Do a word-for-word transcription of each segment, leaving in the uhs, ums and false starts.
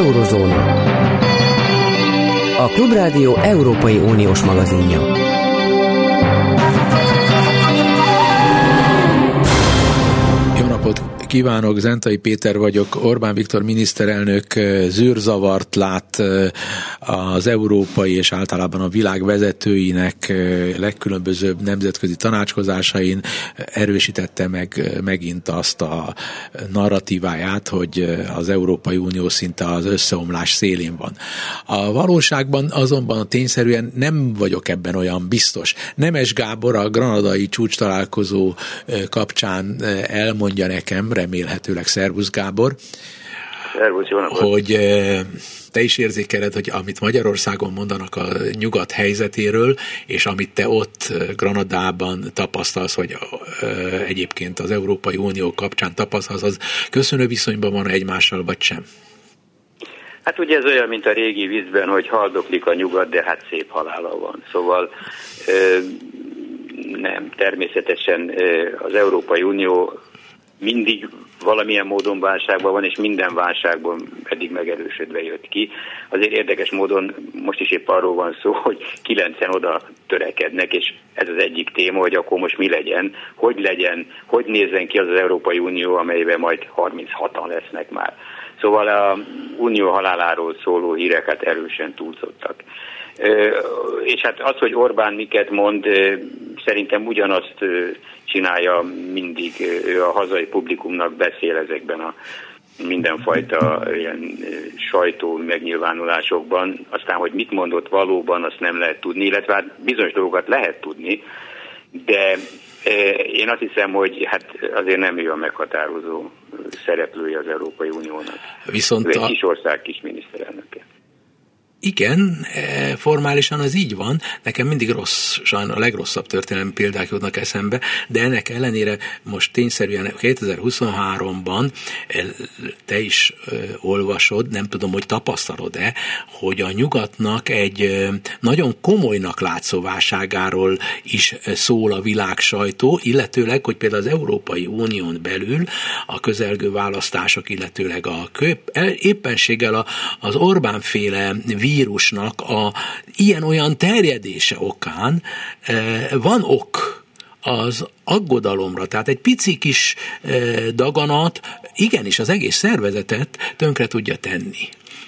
Eurozóna. A Klubrádió Európai Uniós magazinja. Jó napot kívánok, Zentai Péter vagyok. Orbán Viktor miniszterelnök zűrzavart lát az európai és általában a világ vezetőinek legkülönbözőbb nemzetközi tanácskozásain. Erősítette meg megint azt a narratíváját, hogy az Európai Unió szinte az összeomlás szélén van. A valóságban azonban tényszerűen nem vagyok ebben olyan biztos. Nemes Gábor a granadai csúcstalálkozó kapcsán elmondja nekem, remélhetőleg, szervusz Gábor, szervusz, jó napot, hogy te is érzékeled, hogy amit Magyarországon mondanak a nyugat helyzetéről, és amit te ott Granadában tapasztalsz, vagy egyébként az Európai Unió kapcsán tapasztalsz, az köszönő viszonyban van egymással, vagy sem? Hát ugye ez olyan, mint a régi vízben, hogy haldoklik a nyugat, de hát szép halála van. Szóval nem, természetesen az Európai Unió mindig valamilyen módon válságban van, és minden válságban eddig megerősödve jött ki. Azért érdekes módon most is épp arról van szó, hogy kilencen oda törekednek, és ez az egyik téma, hogy akkor most mi legyen, hogy legyen, hogy nézzen ki az az Európai Unió, amelyben majd harminchatan lesznek már. Szóval a unió haláláról szóló híreket erősen túlzottak. És hát az, hogy Orbán miket mond, szerintem ugyanazt csinálja mindig, ő a hazai publikumnak beszél ezekben a mindenfajta ilyen sajtó megnyilvánulásokban. Aztán, hogy mit mondott valóban, azt nem lehet tudni, illetve hát bizonyos dolgokat lehet tudni, de én azt hiszem, hogy hát azért nem ő a meghatározó szereplője az Európai Uniónak. Viszont ő egy a... kis ország kis miniszterelnöke. Igen, formálisan az így van. Nekem mindig rossz, sajnos a legrosszabb történelmi példák jutnak eszembe, de ennek ellenére most tényszerűen kétezer-huszonháromban te is olvasod, nem tudom, hogy tapasztalod-e, hogy a nyugatnak egy nagyon komolynak látszó válságáról is szól a világ sajtó, illetőleg, hogy például az Európai Unión belül a közelgő választások, illetőleg a köp, éppenséggel az Orbán-féle vírusnak a ilyen-olyan terjedése okán van ok az aggodalomra, tehát egy pici kis daganat igenis az egész szervezetet tönkre tudja tenni.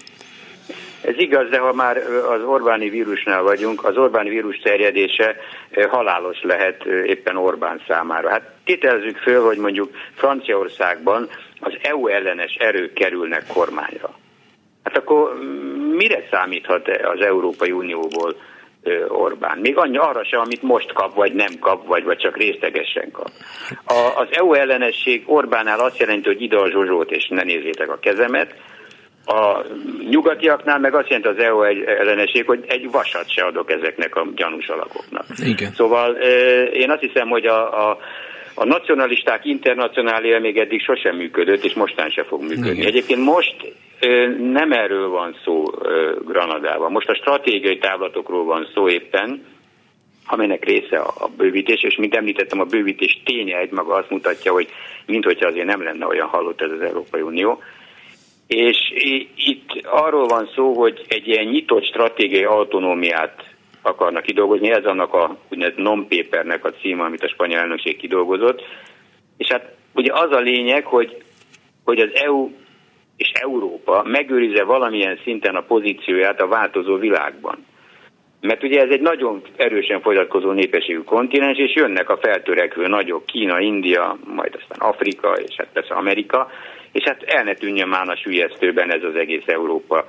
Ez igaz, de ha már az Orbáni vírusnál vagyunk, az Orbáni vírus terjedése halálos lehet éppen Orbán számára. Hát tételezzük föl, hogy mondjuk Franciaországban az é u ellenes erők kerülnek kormányra. Hát akkor mire számíthat az Európai Unióból Orbán? Még annyi arra sem, amit most kap, vagy nem kap, vagy, vagy csak részlegesen kap. A, az é u ellenesség Orbánnál azt jelenti, hogy ide a zsozsót, és ne nézzétek a kezemet. A nyugatiaknál meg azt jelenti az é u ellenesség, hogy egy vasat se adok ezeknek a gyanús alakoknak. Igen. Szóval én azt hiszem, hogy a... a A nacionalisták internacionália még eddig sosem működött, és mostán se fog működni. Igen. Egyébként most ö, nem erről van szó ö, Granadában. Most a stratégiai távlatokról van szó éppen, amelynek része a, a bővítés, és mint említettem, a bővítés ténye egymaga azt mutatja, hogy minthogyha azért nem lenne olyan halott ez az Európai Unió. És itt arról van szó, hogy egy ilyen nyitott stratégiai autonómiát akarnak kidolgozni, ez annak a úgynevezett non-papernek a címe, amit a spanyol elnökség kidolgozott. És hát ugye az a lényeg, hogy, hogy az é u és Európa megőrizze valamilyen szinten a pozícióját a változó világban. Mert ugye ez egy nagyon erősen folytatkozó népességű kontinens, és jönnek a feltörekvő nagyok, Kína, India, majd aztán Afrika, és hát persze Amerika, és hát el ne tűnjön már a sülyeztőben ez az egész Európa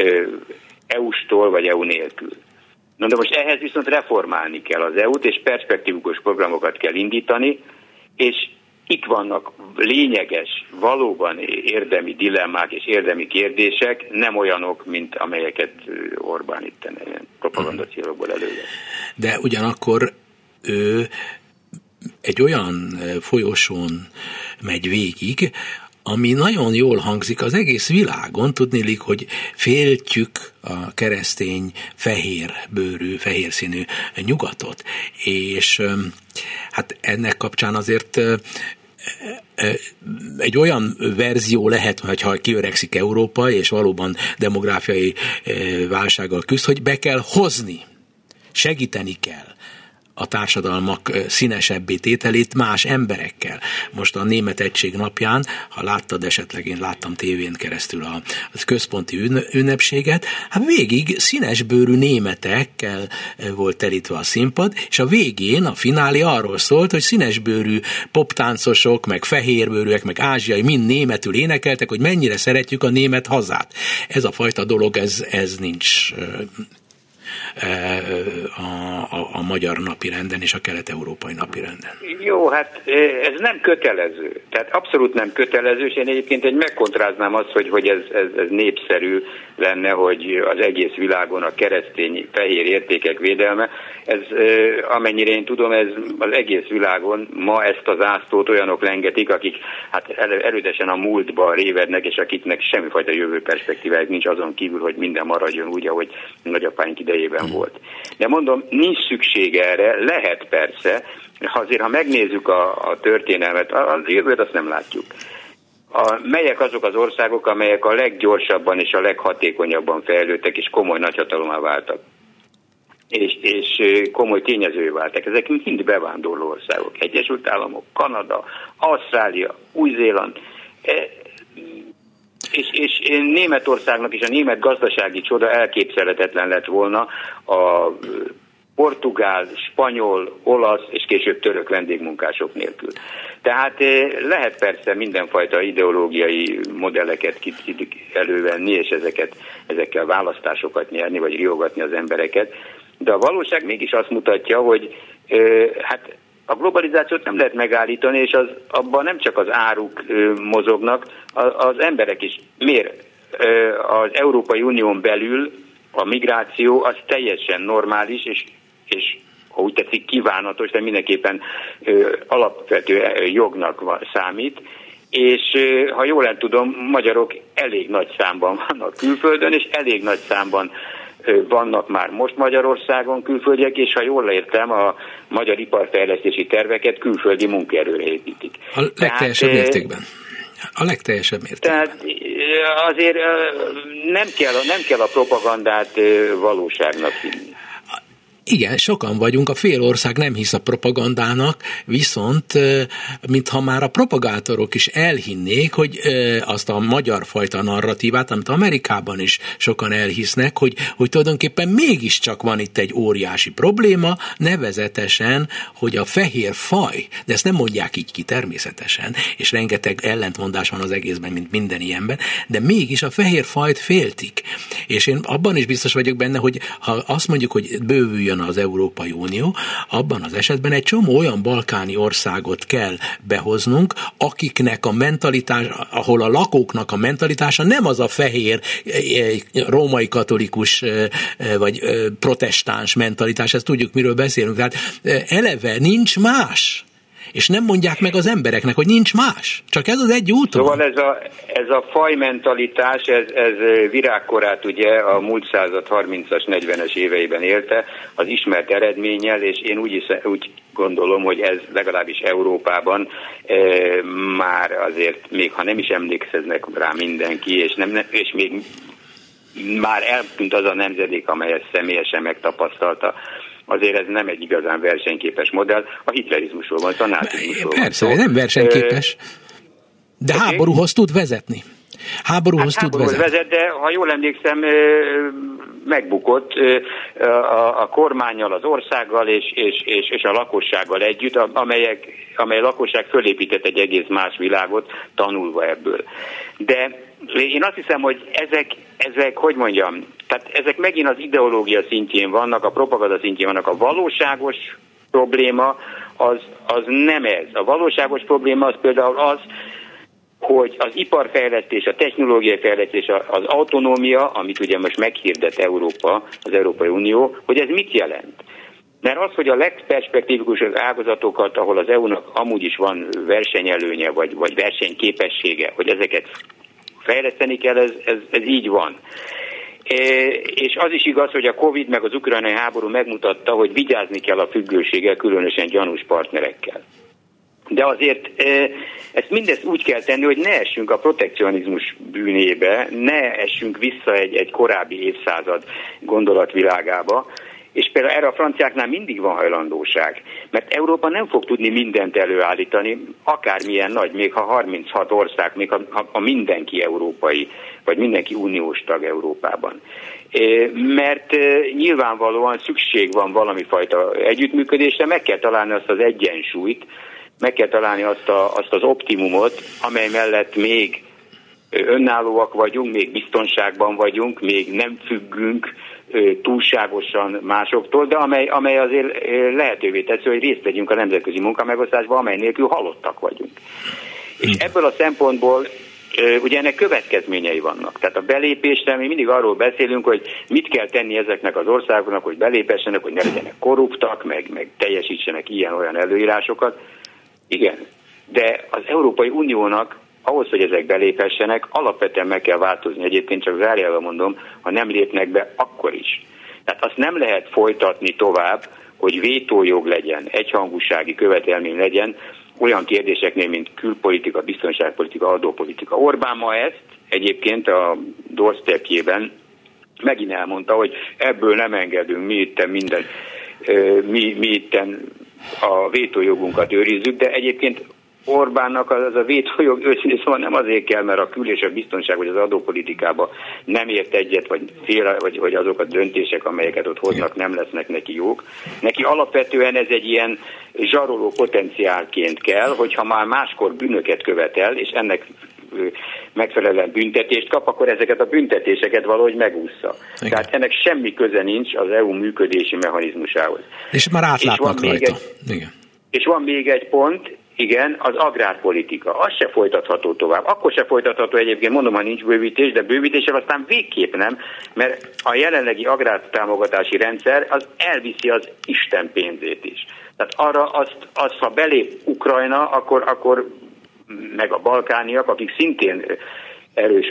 é u-stól vagy é u nélkül. Na de most ehhez viszont reformálni kell az é u-t, és perspektívikus programokat kell indítani, és itt vannak lényeges, valóban érdemi dilemmák és érdemi kérdések, nem olyanok, mint amelyeket Orbán itt ilyen propaganda célokból elővesz. De ugyanakkor ő egy olyan folyosón megy végig, ami nagyon jól hangzik az egész világon, tudniillik, hogy féltjük a keresztény fehér bőrű, fehér színű nyugatot. És hát ennek kapcsán azért egy olyan verzió lehet, hogyha kiöregszik Európa, és valóban demográfiai válsággal küzd, hogy be kell hozni, segíteni kell a társadalmak színesebbé tételét más emberekkel. Most a Német Egység napján, ha láttad esetleg, én láttam tévén keresztül a, a központi ünnepséget, hát végig színesbőrű németekkel volt telítve a színpad, és a végén a finálé arról szólt, hogy színesbőrű poptáncosok, meg fehérbőrűek, meg ázsiai mind németül énekeltek, hogy mennyire szeretjük a német hazát. Ez a fajta dolog, ez, ez nincs A, a, a magyar napirenden és a kelet-európai napirenden. Jó, hát ez nem kötelező. Tehát abszolút nem kötelező, és én egyébként egy megkontráznám azt, hogy, hogy ez, ez, ez népszerű lenne, hogy az egész világon a keresztény fehér értékek védelme. Ez, amennyire én tudom, ez az egész világon ma ezt az zászlót olyanok lengetik, akik hát erődesen a múltba révednek, és akiknek semmifajta jövő perspektívájuk nincs azon kívül, hogy minden maradjon úgy, ahogy nagyapáink idejében volt. De mondom, nincs szükség erre, lehet persze, azért ha megnézzük a, a történelmet, a jövőt azt nem látjuk. A, melyek azok az országok, amelyek a leggyorsabban és a leghatékonyabban fejlődtek, és komoly nagyhatalomá váltak? És, és komoly tényezővé váltak. Ezek mind bevándorló országok. Egyesült Államok, Kanada, Ausztrália, Új-Zéland. És, és Németországnak és a német gazdasági csoda elképzelhetetlen lett volna a portugál, spanyol, olasz és később török vendégmunkások nélkül. Tehát lehet persze mindenfajta ideológiai modelleket elővenni, és ezeket, ezekkel választásokat nyerni, vagy riogatni az embereket, de a valóság mégis azt mutatja, hogy hát a globalizációt nem lehet megállítani, és az, abban nem csak az áruk ö, mozognak, az, az emberek is. Miért? Ö, az Európai Unión belül a migráció az teljesen normális, és, és ha úgy tetszik kívánatos, de mindenképpen ö, alapvető jognak van, számít. És ö, ha jól tudom, magyarok elég nagy számban vannak külföldön, és elég nagy számban vannak már most Magyarországon külföldiek, és ha jól értem, a magyar iparfejlesztési terveket külföldi munkaerőre építik. A legteljesebb tehát, mértékben. A legteljesebb mértékben. Tehát azért nem kell, nem kell a propagandát valóságnak hinni. Igen, sokan vagyunk, a fél ország nem hisz a propagandának, viszont mintha már a propagátorok is elhinnék, hogy azt a magyar fajta narratívát, amit Amerikában is sokan elhisznek, hogy, hogy tulajdonképpen mégiscsak van itt egy óriási probléma, nevezetesen, hogy a fehér faj, de ezt nem mondják így ki természetesen, és rengeteg ellentmondás van az egészben, mint minden ilyenben, de mégis a fehér fajt féltik. És én abban is biztos vagyok benne, hogy ha azt mondjuk, hogy bővüljön az Európai Unió, abban az esetben egy csomó olyan balkáni országot kell behoznunk, akiknek a mentalitás, ahol a lakóknak a mentalitása nem az a fehér római katolikus vagy protestáns mentalitás, ezt tudjuk, miről beszélünk. Tehát eleve nincs más. És nem mondják meg az embereknek, hogy nincs más. Csak ez az egy úton. Szóval ez a, ez a fajmentalitás, ez, ez virágkorát ugye a múlt század harmincas, negyvenes éveiben élte, az ismert eredménnyel, és én úgy, is, úgy gondolom, hogy ez legalábbis Európában e, már azért, még ha nem is emlékeznek rá mindenki, és, nem, és még már eltűnt az a nemzedék, amely ezt személyesen megtapasztalta, azért ez nem egy igazán versenyképes modell. A hitlerizmusról van, a nácizmusról van. Persze, nem versenyképes, de okay. Háborúhoz tud vezetni. Háborúhoz hát tud vezetni. vezet, de ha jól emlékszem, megbukott a, a kormánnyal, az országgal és, és, és, és a lakossággal együtt, amelyek, amely lakosság fölépített egy egész más világot, tanulva ebből. De én azt hiszem, hogy ezek, ezek, hogy mondjam, tehát ezek megint az ideológia szintjén vannak, a propaganda szintjén vannak. A valóságos probléma az, az nem ez. A valóságos probléma az például az, hogy az iparfejlesztés, a technológiai fejlesztés, az autonómia, amit ugye most meghirdet Európa, az Európai Unió, hogy ez mit jelent? Mert az, hogy a legperspektívikusabb ágazatokat, ahol az é u-nak amúgy is van versenyelőnye, vagy, vagy versenyképessége, hogy ezeket fejleszteni kell, ez, ez, ez így van. E, és az is igaz, hogy a Covid meg az ukrajnai háború megmutatta, hogy vigyázni kell a függőséggel, különösen gyanús partnerekkel. De azért ezt mindezt úgy kell tenni, hogy ne essünk a protekcionizmus bűnébe, ne essünk vissza egy, egy korábbi évszázad gondolatvilágába, és például erre a franciáknál mindig van hajlandóság, mert Európa nem fog tudni mindent előállítani, akármilyen nagy, még ha harminchat ország, még ha, ha mindenki európai, vagy mindenki uniós tag Európában. Mert nyilvánvalóan szükség van valami fajta együttműködésre, meg kell találni azt az egyensúlyt, meg kell találni azt, a, azt az optimumot, amely mellett még önállóak vagyunk, még biztonságban vagyunk, még nem függünk túlságosan másoktól, de amely, amely azért lehetővé teszi, hogy részt vegyünk a nemzetközi munkamegosztásban, amely nélkül halottak vagyunk. És ebből a szempontból ugye ennek következményei vannak. Tehát a belépésre mi mindig arról beszélünk, hogy mit kell tenni ezeknek az országoknak, hogy belépessenek, hogy ne legyenek korruptak, meg, meg teljesítsenek ilyen-olyan előírásokat. Igen, de az Európai Uniónak ahhoz, hogy ezek beléphessenek, alapvetően meg kell változni. Egyébként csak zárjában mondom, ha nem lépnek be, akkor is. Tehát azt nem lehet folytatni tovább, hogy vétójog legyen, egyhangúsági követelmény legyen olyan kérdéseknél, mint külpolitika, biztonságpolitika, adópolitika. Orbán ma ezt egyébként a doorstepjében megint elmondta, hogy ebből nem engedünk, mi itten minden, mi, mi itten a vétójogunkat őrizzük, de egyébként Orbánnak az a vétójog őszintén szóval nem azért kell, mert a kül- és a biztonság vagy az adópolitikába nem ért egyet, vagy fél, vagy, vagy azok a döntések, amelyeket ott hoznak, nem lesznek neki jók. Neki alapvetően ez egy ilyen zsaroló potenciálként kell, hogyha már máskor bűnöket követel, és ennek megfelelően büntetést kap, akkor ezeket a büntetéseket valahogy megúszza. Igen. Tehát ennek semmi köze nincs az é u működési mechanizmusához. És már átlátnak és rajta. Egy, Igen. És van még egy pont, igen, az agrárpolitika. Az se folytatható tovább. Akkor se folytatható egyébként, mondom, ha nincs bővítés, de bővítéssel aztán végképp nem, mert a jelenlegi agrártámogatási rendszer az elviszi az Isten pénzét is. Tehát arra azt, azt ha belép Ukrajna, akkor, akkor meg a balkániak, akik szintén erős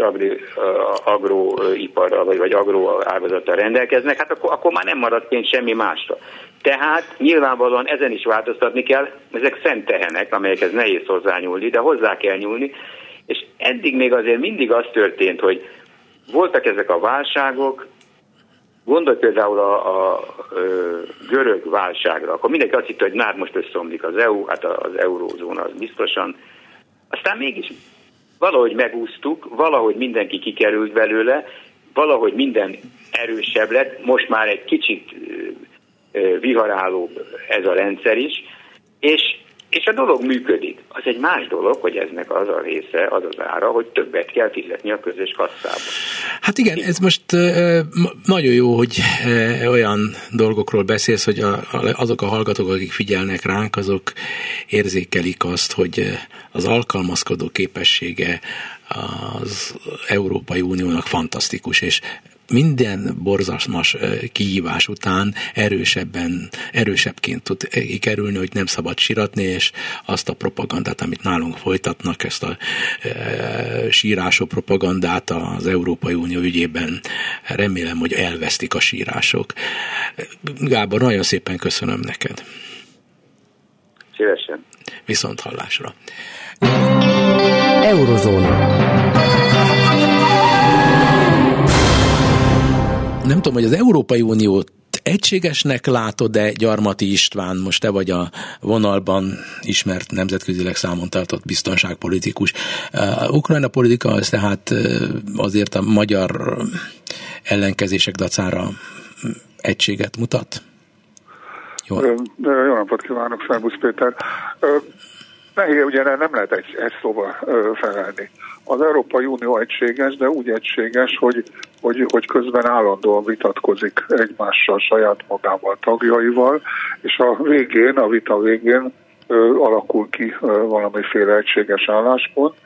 agroiparral vagy, vagy agroágazattal rendelkeznek, hát akkor, akkor már nem marad pénz semmi másra. Tehát nyilvánvalóan ezen is változtatni kell, ezek szent tehenek, amelyekhez nehéz hozzányúlni, de hozzá kell nyúlni, és eddig még azért mindig az történt, hogy voltak ezek a válságok, gondolj például a, a, a görög válságra, akkor mindenki azt hitte, hogy nár most összeomlik az é u, hát az eurózóna az biztosan, aztán mégis valahogy megúsztuk, valahogy mindenki kikerült belőle, valahogy minden erősebb lett, most már egy kicsit viharálóbb ez a rendszer is, és, és a dolog működik. Az egy más dolog, hogy eznek az a része, az az ára, hogy többet kell fizetni a közös kasszába. Hát igen, ez most nagyon jó, hogy olyan dolgokról beszélsz, hogy azok a hallgatók, akik figyelnek ránk, azok érzékelik azt, hogy az alkalmazkodó képessége az Európai Uniónak fantasztikus, és minden borzalmas kihívás után erősebben, erősebbként tud kikerülni, hogy nem szabad siratni, és azt a propagandát, amit nálunk folytatnak, ezt a e, sírásó propagandát az Európai Unió ügyében, remélem, hogy elvesztik a sírások. Gábor, nagyon szépen köszönöm neked. Szívesen. Viszont hallásra. Eurozóna. Nem tudom, hogy az Európai Uniót egységesnek látod, de Gyarmati István, most te vagy a vonalban ismert nemzetközileg számon tartott biztonságpolitikus. Uh, Ukrajna politika az tehát azért a magyar ellenkezések dacára egységet mutat? Jó, Jó napot kívánok, Szerbusz Péter. Nehéz, ugye nem lehet egy, egy szóval felelni. Az Európai Unió egységes, de úgy egységes, hogy, hogy, hogy közben állandóan vitatkozik egymással, saját magával, tagjaival, és a végén, a vita végén ö, alakul ki ö, valamiféle egységes álláspont.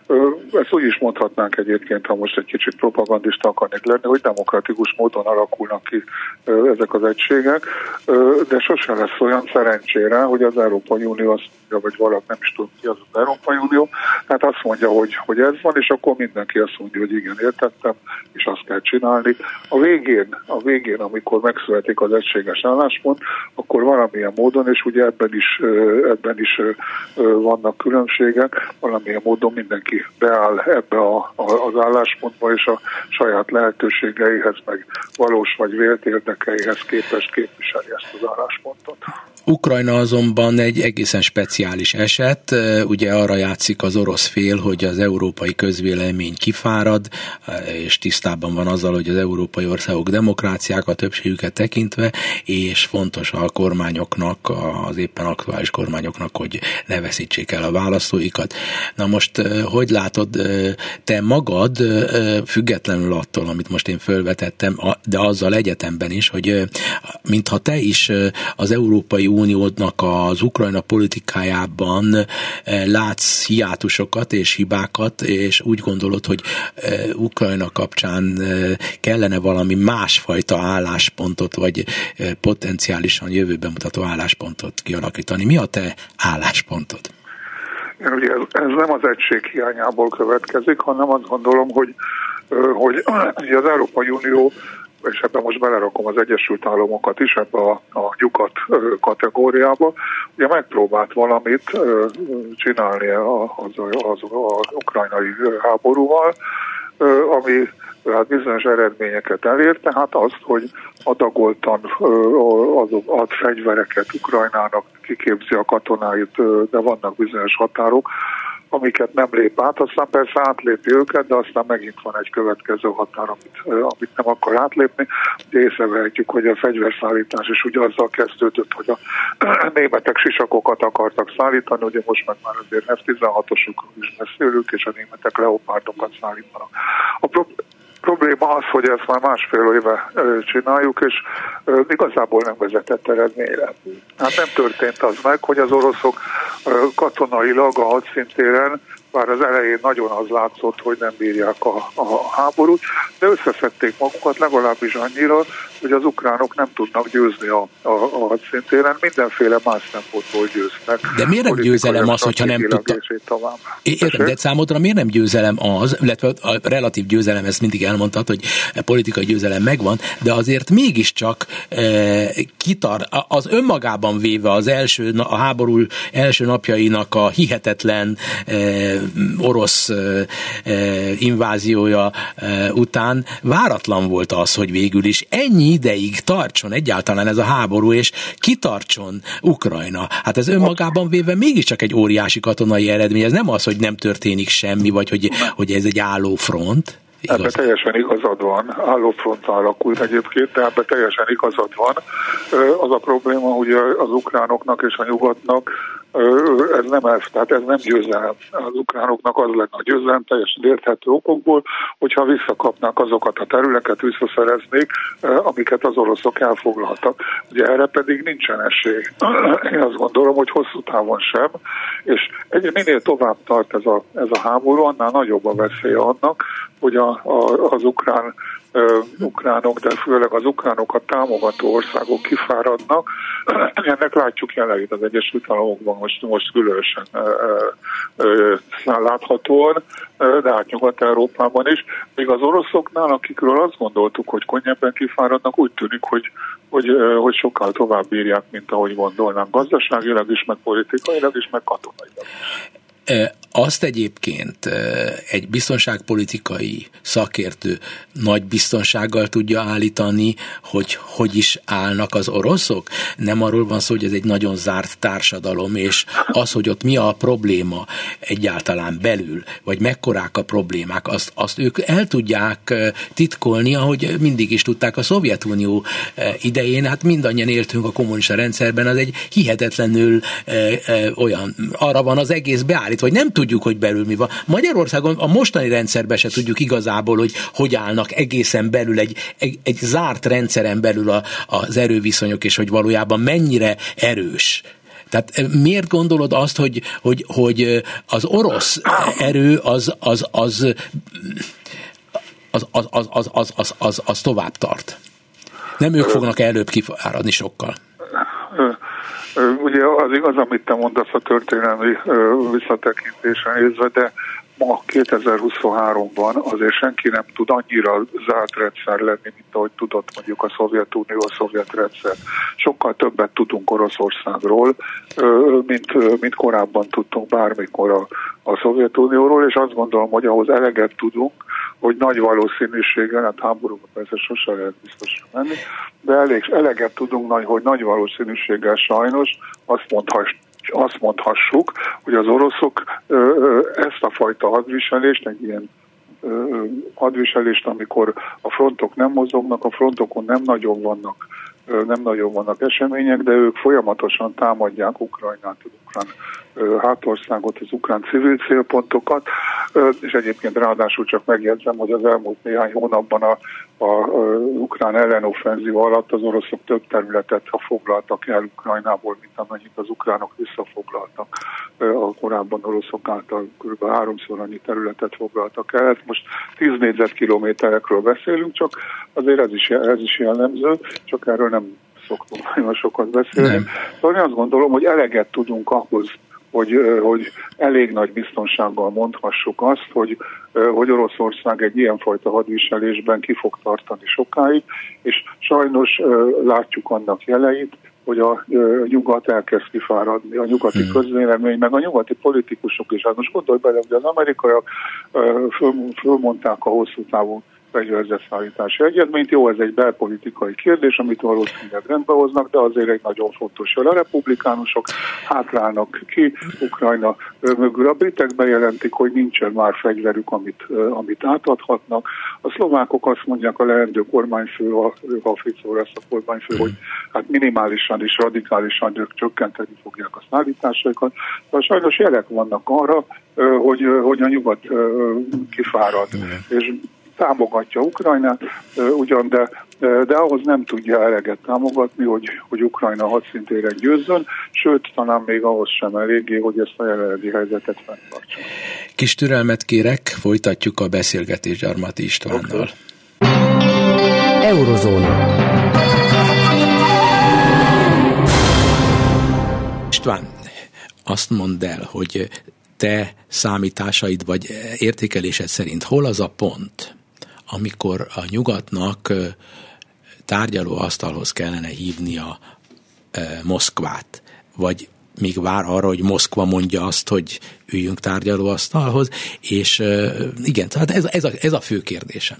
Ezt úgy is mondhatnánk egyébként, ha most egy kicsit propagandista akarnék lenni, hogy demokratikus módon alakulnak ki ezek az egységek, de sosem lesz olyan szerencsére, hogy az Európai Unió azt mondja, vagy valaki nem is tud ki az az Európai Unió, tehát azt mondja, hogy, hogy ez van, és akkor mindenki azt mondja, hogy igen, értettem, és azt kell csinálni. A végén, a végén, amikor megszületik az egységes álláspont, akkor valamilyen módon, és ugye ebben is, ebben is vannak különbségek, valamilyen módon mindenki beáll ebbe a, a, az álláspontba, és a saját lehetőségeihez, meg valós vagy vélt érdekeihez képest képviseli ezt az álláspontot. Ukrajna azonban egy egészen speciális eset, ugye arra játszik az orosz fél, hogy az európai közvélemény kifárad, és tisztában van azzal, hogy az európai országok demokráciák a többségüket tekintve, és fontos a kormányoknak, az éppen aktuális kormányoknak, hogy ne veszítsék el a választóikat. Na most, hogy látod te magad, függetlenül attól, amit most én fölvetettem, de azzal egyetemben is, hogy mintha te is az Európai Uniónak az Ukrajna politikájában látsz hiátusokat és hibákat, és úgy gondolod, hogy Ukrajna kapcsán kellene valami másfajta álláspontot, vagy potenciálisan jövőben mutató álláspontot kialakítani. Mi a te álláspontod? Ugye ez, ez nem az egység hiányából következik, hanem azt gondolom, hogy, hogy az Európai Unió, és ebben most belerakom az Egyesült Államokat is, ebbe a, a lyukat kategóriába, ugye megpróbált valamit csinálni az, az, az ukrajnai háborúval, ami hát bizonyos eredményeket elért, tehát azt, hogy adagoltan ad fegyvereket Ukrajnának, kiképzi a katonáit, de vannak bizonyos határok, amiket nem lép át, aztán persze átlépi őket, de aztán megint van egy következő határ, amit, amit nem akar átlépni. Ugye észrevehetjük, hogy a fegyverszállítás is ugye azzal kezdődött, hogy a németek sisakokat akartak szállítani, ugye most meg már azért F tizenhatosokról is beszélünk, és a németek leopárdokat szállítanak. A pro- probléma az, hogy ezt már másfél éve csináljuk, és igazából nem vezetett eredményre. Hát nem történt az meg, hogy az oroszok katonailag a hadszintéren, bár az elején nagyon az látszott, hogy nem bírják a, a háborút, de összeszedték magukat legalábbis annyira, hogy az ukránok nem tudnak győzni a, a, a hadszintéren, mindenféle más szempontból győznek. De miért nem győzelem az, hogyha nem tudta? Értem, de számodra miért nem győzelem az, illetve a relatív győzelem, ezt mindig elmondtad, hogy politikai győzelem megvan, de azért mégiscsak e, kitar, az önmagában véve az első, a háború első napjainak a hihetetlen e, orosz e, e, inváziója e, után váratlan volt az, hogy végül is ennyi ideig tartson egyáltalán ez a háború, és kitartson Ukrajna. Hát ez önmagában véve mégiscsak egy óriási katonai eredmény. Ez nem az, hogy nem történik semmi, vagy hogy, hogy ez egy álló front. Ebben teljesen igazad van, állófront alakult egyébként, de ebben teljesen igazad van. Az a probléma, hogy az ukránoknak és a nyugatnak ez nem ez, tehát ez nem győzelem. Az ukránoknak az lenne a győzelem teljesen érthető okokból, hogyha visszakapnák azokat a területeket, visszaszereznék, amiket az oroszok elfoglaltak. Ugye erre pedig nincsen esély. Én azt gondolom, hogy hosszú távon sem, és egy, minél tovább tart ez a, ez a háború, annál nagyobb a veszélye annak, hogy a, a, az ukrán Uh, ukránok, de főleg az ukránokat támogató országok kifáradnak. Ennek látjuk jelenleg az Egyesült Államokban most, most különösen uh, uh, láthatóan, uh, de hát Nyugat-Európában is. Még az oroszoknál, akikről azt gondoltuk, hogy könnyebben kifáradnak, úgy tűnik, hogy, hogy, uh, hogy sokkal tovább bírják, mint ahogy gondolnánk. Gazdaságilag is, meg politikailag is, meg katonailag. Azt egyébként egy biztonságpolitikai szakértő nagy biztonsággal tudja állítani, hogy hogy is állnak az oroszok? Nem arról van szó, hogy ez egy nagyon zárt társadalom, és az, hogy ott mi a probléma egyáltalán belül, vagy mekkorák a problémák, azt, azt ők el tudják titkolni, ahogy mindig is tudták a Szovjetunió idején, hát mindannyian éltünk a kommunista rendszerben, az egy hihetetlenül olyan, arra van az egész beállítva, hogy nem tudjuk, hogy belül mi van. Magyarországon a mostani rendszerben se tudjuk igazából, hogy hogy állnak egészen belül egy, egy, egy zárt rendszeren belül a, az erőviszonyok, és hogy valójában mennyire erős. Tehát miért gondolod azt, hogy, hogy, hogy az orosz erő az, az, az, az, az, az, az, az, az, az, az tovább tart? Nem ők fognak előbb kifáradni sokkal. Ugye az igaz, amit te mondasz a történelmi visszatekintésre nézve, de ma kétezer-huszonháromban azért senki nem tud annyira zárt rendszer lenni, mint ahogy tudott mondjuk a Szovjetunió, a szovjet rendszer. Sokkal többet tudunk Oroszországról, mint, mint korábban tudtunk bármikor a, a Szovjetunióról, és azt gondolom, hogy ahhoz eleget tudunk, hogy nagy valószínűséggel, hát háborúban persze sose lehet biztosan menni, de elég, eleget tudunk, hogy nagy valószínűséggel sajnos azt mondhassuk, azt mondhassuk, hogy az oroszok ezt a fajta hadviselést, egy ilyen hadviselést, amikor a frontok nem mozognak, a frontokon nem nagyon vannak, nem nagyon vannak események, de ők folyamatosan támadják Ukrajnát, az ukrán hátországot, az ukrán civil célpontokat, és egyébként ráadásul csak megjegyzem, hogy az elmúlt néhány hónapban a, a, a ukrán ellenoffenzíva alatt az oroszok több területet foglaltak el Ukrajnából, mint amennyit az ukránok visszafoglaltak. A korábban oroszok által kb. háromszor annyi területet foglaltak el. Hát most tíz négyzetkilométerekről beszélünk, csak azért ez is, ez is jellemző, csak erről nem szoktunk nagyon sokat beszélni. Szóval én azt gondolom, hogy eleget tudunk ahhoz, hogy, hogy elég nagy biztonsággal mondhassuk azt, hogy, hogy Oroszország egy ilyenfajta hadviselésben ki fog tartani sokáig, és sajnos látjuk annak jeleit, hogy a nyugat elkezd kifáradni, a nyugati hmm. közvélemény, meg a nyugati politikusok is. Hát most gondolj bele, hogy az amerikaiak föl, fölmondták a hosszú távú fegyverzetszállítási egyezményt. Jó, ez egy belpolitikai kérdés, amit valószínűleg rendbe hoznak, de azért egy nagyon fontos, hogy a republikánusok hátrálnak ki Ukrajna mögül. A britek bejelentik, hogy nincsen már fegyverük, amit, amit átadhatnak. A szlovákok azt mondják, a leendő kormányfő, a, a Ficó lesz a kormányfő, hogy hát minimálisan és radikálisan ők csökkenteni fogják a szállításaikat. De sajnos jelek vannak arra, hogy, hogy a nyugat kifárad. És támogatja Ukrajnát, ugyan, de, de ahhoz nem tudja eleget támogatni, hogy, hogy Ukrajna hadszintéren győzzön, sőt, talán még ahhoz sem eléggé, hogy ezt a jelenlegi helyzetet fenntartsa. Kis türelmet kérek, folytatjuk a beszélgetést Gyarmati Istvánnal. Eurozóna. István, azt mondd el, hogy te számításaid vagy értékelésed szerint hol az a pont, amikor a nyugatnak tárgyalóasztalhoz kellene hívnia Moszkvát, vagy még vár arra, hogy Moszkva mondja azt, hogy üljünk tárgyalóasztalhoz, és igen, tehát ez, ez, a, ez a fő kérdésem.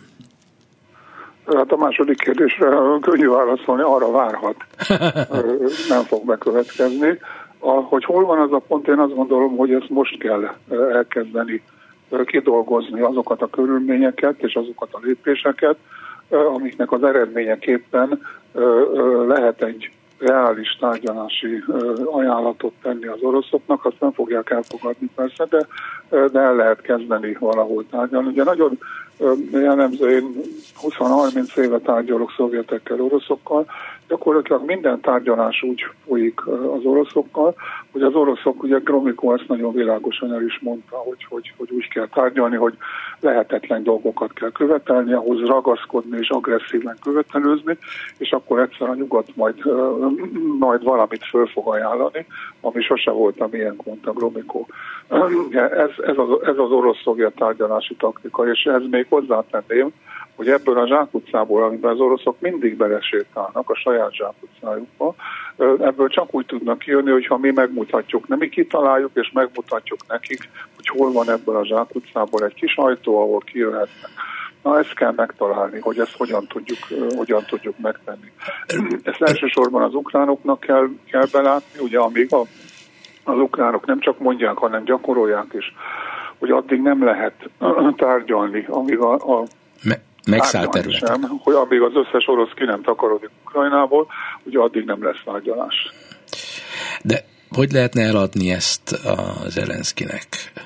Hát a második kérdésre könnyű válaszolni, arra várhat. Nem fog bekövetkezni. A, hogy hol van az a pont, én azt gondolom, hogy ezt most kell elkezdeni kidolgozni azokat a körülményeket és azokat a lépéseket, amiknek az eredményeképpen lehet egy reális tárgyalási ajánlatot tenni az oroszoknak, azt nem fogják elfogadni persze, de, de el lehet kezdeni valahol tárgyalni. Ugye nagyon jellemző, én húsz-harminc éve tárgyalok szovjetekkel, oroszokkal, gyakorlatilag minden tárgyalás úgy folyik az oroszokkal, hogy az oroszok, ugye Gromyko ezt nagyon világosan el is mondta, hogy, hogy, hogy úgy kell tárgyalni, hogy lehetetlen dolgokat kell követelni, ahhoz ragaszkodni és agresszíven követelőzni, és akkor egyszer a nyugat majd, majd valamit föl fog ajánlani, ami sose volt, amilyen mondta Gromyko. Ez, ez, az, ez az orosz-szovjet tárgyalási taktika, és ez még hozzátenném, hogy ebből a zsákutcából, amiben az oroszok mindig belesétálnak a saját zsákutcájukba, ebből csak úgy tudnak kijönni, hogyha mi megmutatjuk, nem mi kitaláljuk, és megmutatjuk nekik, hogy hol van ebből a zsákutcából egy kis ajtó, ahol kijöhetnek. Na, ezt kell megtalálni, hogy ezt hogyan tudjuk, hogyan tudjuk megtenni. Ezt elsősorban az ukránoknak kell, kell belátni, ugye amíg a, az ukránok nem csak mondják, hanem gyakorolják is, hogy addig nem lehet tárgyalni, amíg a, a megszállt terület. Sem, hogy amíg az összes orosz ki nem takarodik Ukrajnából, ugye addig nem lesz tárgyalás. De hogy lehetne eladni ezt a Zelenszkinek?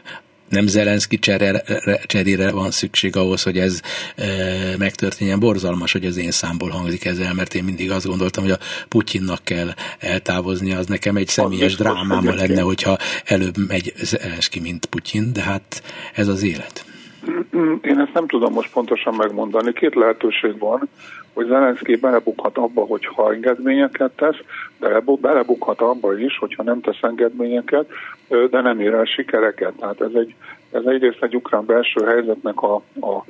Nem Zelenszky cserére van szükség ahhoz, hogy ez e, megtörténjen. Borzalmas, hogy az én számból hangzik ezzel, mert én mindig azt gondoltam, hogy a Putyinnak kell eltávozni, az nekem egy személyes drámám lenne, hogyha előbb megy Zelenszky, mint Putyin, de hát ez az élet. Én ezt nem tudom most pontosan megmondani. Két lehetőség van, hogy Zelenszky belebukhat abba, hogyha engedményeket tesz, de belebukhat abba is, hogyha nem tesz engedményeket, de nem ér el sikereket. Tehát ez, egy, ez egyrészt egy ukrán belső helyzetnek a, a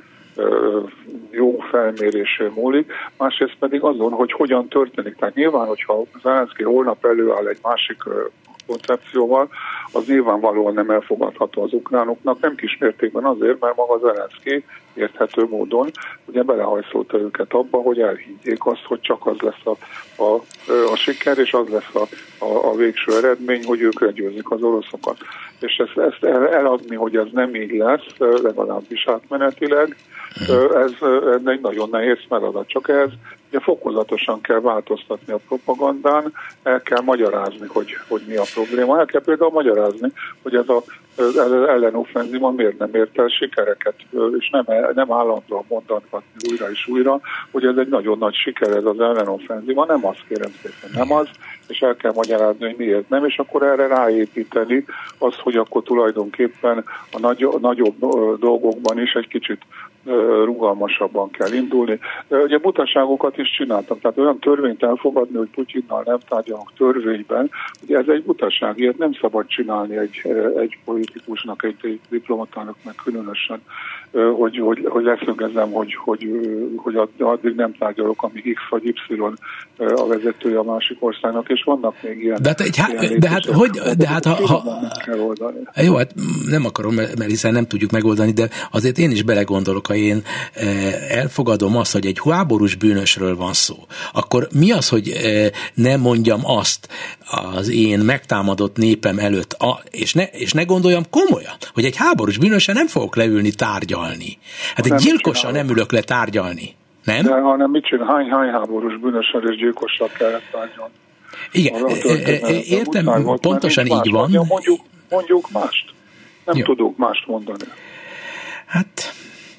jó felmérésén múlik, másrészt pedig azon, hogy hogyan történik. Tehát nyilván, hogyha Zelenszky holnap előáll egy másik koncepcióval, az nyilvánvalóan nem elfogadható az ukránoknak, nem kismértékben azért, mert maga Zelenszky érthető módon ugye belehajszolta őket abba, hogy elhiggyék azt, hogy csak az lesz a, a, a siker, és az lesz a, a, a végső eredmény, hogy ők legyőzik az oroszokat. És ezt, ezt el, eladni, hogy ez nem így lesz, legalábbis átmenetileg, ez, ez egy nagyon nehéz feladat. Csak ez ugye fokozatosan kell változtatni a propagandán, el kell magyarázni, hogy, hogy mi a probléma. El kell például magyarázni, hogy ez az ellenoffenzíva miért nem ért el sikereket, és nem, nem állandóan mondatni újra és újra, hogy ez egy nagyon nagy siker ez az ellenoffenzíva, nem az, kérem szépen, nem az, és el kell magyarázni, hogy miért nem, és akkor erre ráépíteni azt, hogy akkor tulajdonképpen a nagy, nagyobb dolgokban is egy kicsit rugalmasabban kell indulni. Ugye butaságokat is csináltak, tehát olyan törvényt elfogadni, hogy Putyinnal nem tárgyalunk törvényben, ugye ez egy butaság, ilyet nem szabad csinálni egy, egy politikusnak, egy, egy diplomatának, meg különösen, hogy, hogy, hogy leszögezem, hogy, hogy, hogy addig nem tárgyalok, amíg X vagy Y a vezetője a másik országnak, és vannak még ilyen. De hát, egy, ilyen de hát, hogy, de hát ha, ha, jó, hát nem akarom, mert hiszen nem tudjuk megoldani, de azért én is belegondolok, ha én elfogadom azt, hogy egy háborús bűnösről van szó, akkor mi az, hogy ne mondjam azt az én megtámadott népem előtt, és ne, és ne gondoljam komolyan, hogy egy háborús bűnössel nem fogok leülni tárgyalni. Hát egy gyilkossal nem ülök le tárgyalni. Nem? De hanem mit csinál? Hány, hány háborús bűnössel és gyilkossal kellett tárgyalni? Igen, értem, pontosan így van. Mondjuk, mondjuk mást. Nem Jó. tudok mást mondani. Hát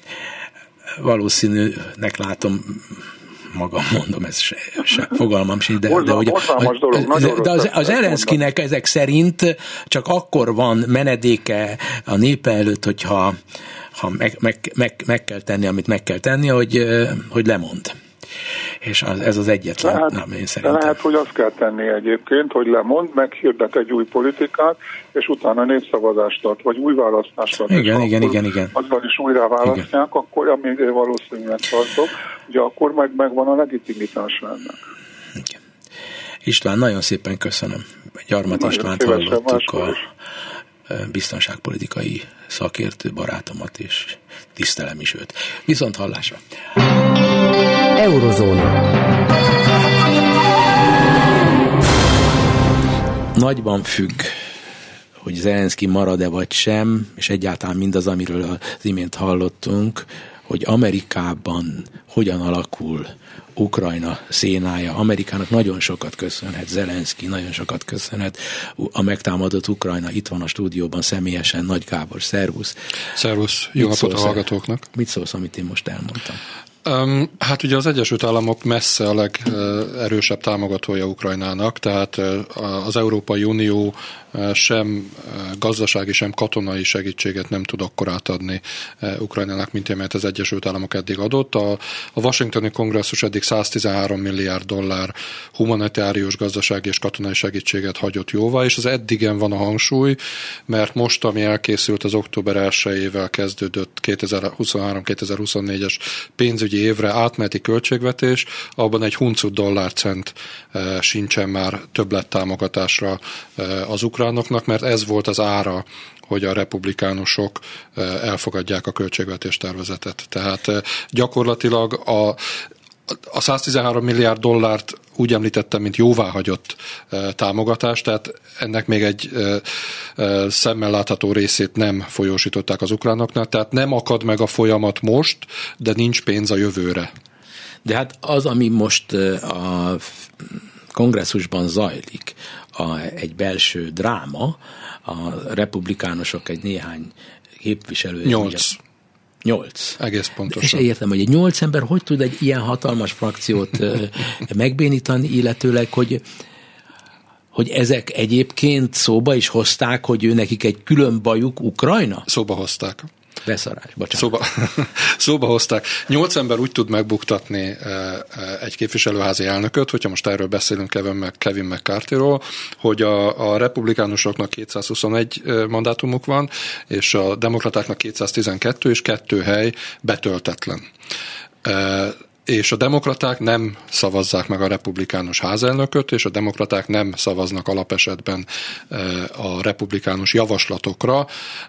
valószínűnek látom, magam mondom, ez se, se fogalmam sincs, de, de, hogy a, dolog, de az, az Zelenszkynek ezek szerint csak akkor van menedéke a népe előtt, hogyha ha meg, meg, meg, meg kell tenni, amit meg kell tenni, hogy, hogy lemond. És az, ez az egyetlen, lehet, nem, én szerintem. Lehet, hogy azt kell tenni egyébként, hogy lemond, meghirdet egy új politikát, és utána népszavazást tart, vagy új választást tart. Igen, igen, igen, igen. Azzal is újra választják, igen. Akkor, amíg valószínűleg tartok, ugye akkor meg, megvan a legitimitás ennek. Igen. István, nagyon szépen köszönöm. Gyarmat Istvánt hallottuk, a biztonságpolitikai szakértő barátomat, és tisztelem is őt. Viszont hallásra! Eurozóna. Nagyban függ, hogy Zelenszky marad-e vagy sem, és egyáltalán mindaz, amiről az imént hallottunk, hogy Amerikában hogyan alakul Ukrajna szénája. Amerikának nagyon sokat köszönhet, Zelenszky nagyon sokat köszönhet. A megtámadott Ukrajna itt van a stúdióban személyesen, Nagy Gábor, szervusz. Szervusz, jó napot a hallgatóknak. Mit szólsz, amit én most elmondtam? Um, hát ugye az Egyesült Államok messze a legerősebb támogatója Ukrajnának, tehát az Európai Unió sem gazdasági, sem katonai segítséget nem tud akkor átadni Ukrajnának, mint amelyet az Egyesült Államok eddig adott. A, a Washingtoni kongresszus eddig száztizenhárom milliárd dollár humanitárius, gazdasági és katonai segítséget hagyott jóvá, és az eddigen van a hangsúly, mert most, ami elkészült az október elsejével kezdődött kétezer-huszonhárom kétezer-huszonnégyes pénzügyi évre átmeneti költségvetés, abban egy huncut dollárcent e, sincsen már többlettámogatásra e, az ukránoknak, mert ez volt az ára, hogy a republikánusok e, elfogadják a költségvetés tervezetet. Tehát e, gyakorlatilag a A száztizenhárom milliárd dollárt úgy említettem, mint jóváhagyott e, támogatás, tehát ennek még egy e, e, szemmel látható részét nem folyósították az ukránoknak, tehát nem akad meg a folyamat most, de nincs pénz a jövőre. De hát az, ami most a kongresszusban zajlik, a, egy belső dráma, a republikánusok egy néhány képviselő. Nyolc. Nyolc. Egész pontosan. És értem, hogy egy nyolc ember hogy tud egy ilyen hatalmas frakciót megbénítani, illetőleg, hogy hogy ezek egyébként szóba is hozták, hogy ő nekik egy külön bajuk Ukrajna? Szóba hozták. Beszarás, bocsánat. Szóba, szóba hozták. Nyolc ember úgy tud megbuktatni egy képviselőházi elnököt, hogyha most erről beszélünk Kevin, Kevin McCarthyról, hogy a, a republikánusoknak kétszázhuszonegy mandátumuk van, és a demokratáknak kétszáztizenkettő, és kettő hely betöltetlen. És a demokraták nem szavazzák meg a republikánus házelnököt, és a demokraták nem szavaznak alapesetben a republikánus javaslatokra.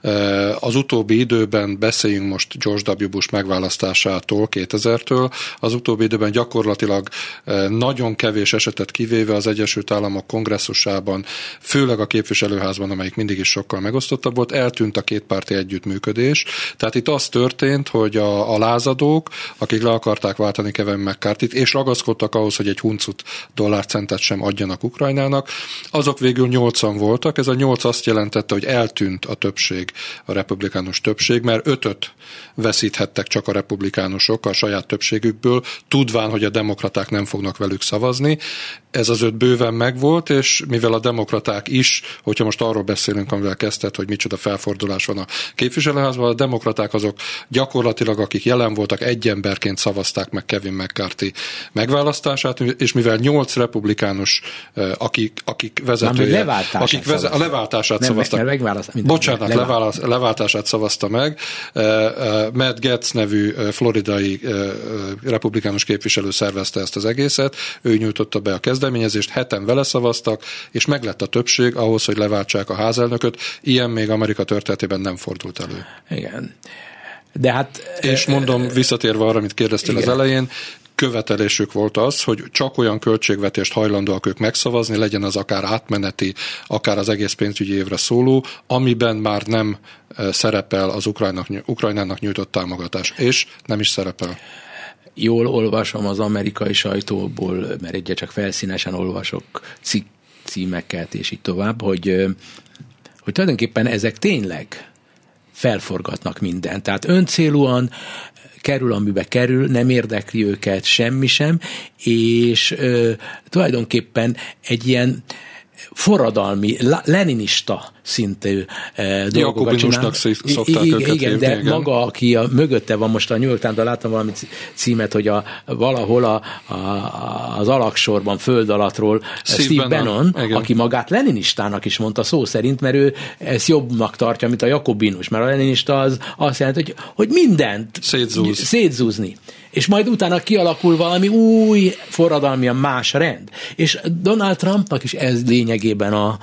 Az utóbbi időben, beszéljünk most George W. Bush megválasztásától, kétezertől, az utóbbi időben gyakorlatilag nagyon kevés esetet kivéve az Egyesült Államok kongresszusában, főleg a képviselőházban, amelyik mindig is sokkal megosztottabb volt, eltűnt a kétpárti együttműködés. Tehát itt az történt, hogy a, a lázadók, akik le akarták váltani Kevin McCarthyt, és ragaszkodtak ahhoz, hogy egy huncut dollárcentet sem adjanak Ukrajnának. Azok végül nyolcan voltak. Ez a nyolc azt jelentette, hogy eltűnt a többség, a republikánus többség, mert ötöt veszíthettek csak a republikánusok a saját többségükből, tudván, hogy a demokraták nem fognak velük szavazni. Ez az öt bőven megvolt, és mivel a demokraták is, hogyha most arról beszélünk, amivel kezdett, hogy micsoda felfordulás van a képviselőházban, a demokraták azok gyakorlatilag, akik jelen voltak, egy emberként szavazták meg Kevin McCarthy megválasztását, és mivel nyolc republikánus, akik, akik vezetője, akik veze, a leváltását nem, szavaztak. Bocsánat, leválasz, leváltását szavazta meg. Matt Gaetz nevű floridai republikánus képviselő szervezte ezt az egészet, ő nyújtotta be a kezdeményezést, heten vele szavaztak, és meglett a többség ahhoz, hogy leváltsák a házelnököt. Ilyen még Amerika történetében nem fordult elő. Igen. De hát, és mondom, visszatérve arra, amit kérdeztél igen. az elején, követelésük volt az, hogy csak olyan költségvetést hajlandóak ők megszavazni, legyen az akár átmeneti, akár az egész pénzügyi évre szóló, amiben már nem szerepel az Ukrajnának nyújtott támogatás, és nem is szerepel. Jól olvasom az amerikai sajtóból, mert egyre csak felszínesen olvasok cikk, címeket, és így tovább, hogy, hogy tulajdonképpen ezek tényleg felforgatnak mindent. Tehát öncélúan kerül, amibe kerül, nem érdekli őket semmi sem, és ö, tulajdonképpen egy ilyen forradalmi, leninista szintű e, dolgokat csinál. szokták igen, őket igen, hívni, de igen. maga, aki a, mögötte van most a New York Times-ban, láttam valami címet, hogy a, valahol a, a, az alaksorban, föld alattról Steve, Steve Bannon, Bannon aki magát leninistának is mondta szó szerint, mert ő ezt jobbnak tartja, mint a jakobinus, mert a leninista az azt jelenti, hogy, hogy mindent Szétzúz. szétzúzni. És majd utána kialakul valami új forradalmian más rend. És Donald Trumpnak is ez lényegében a,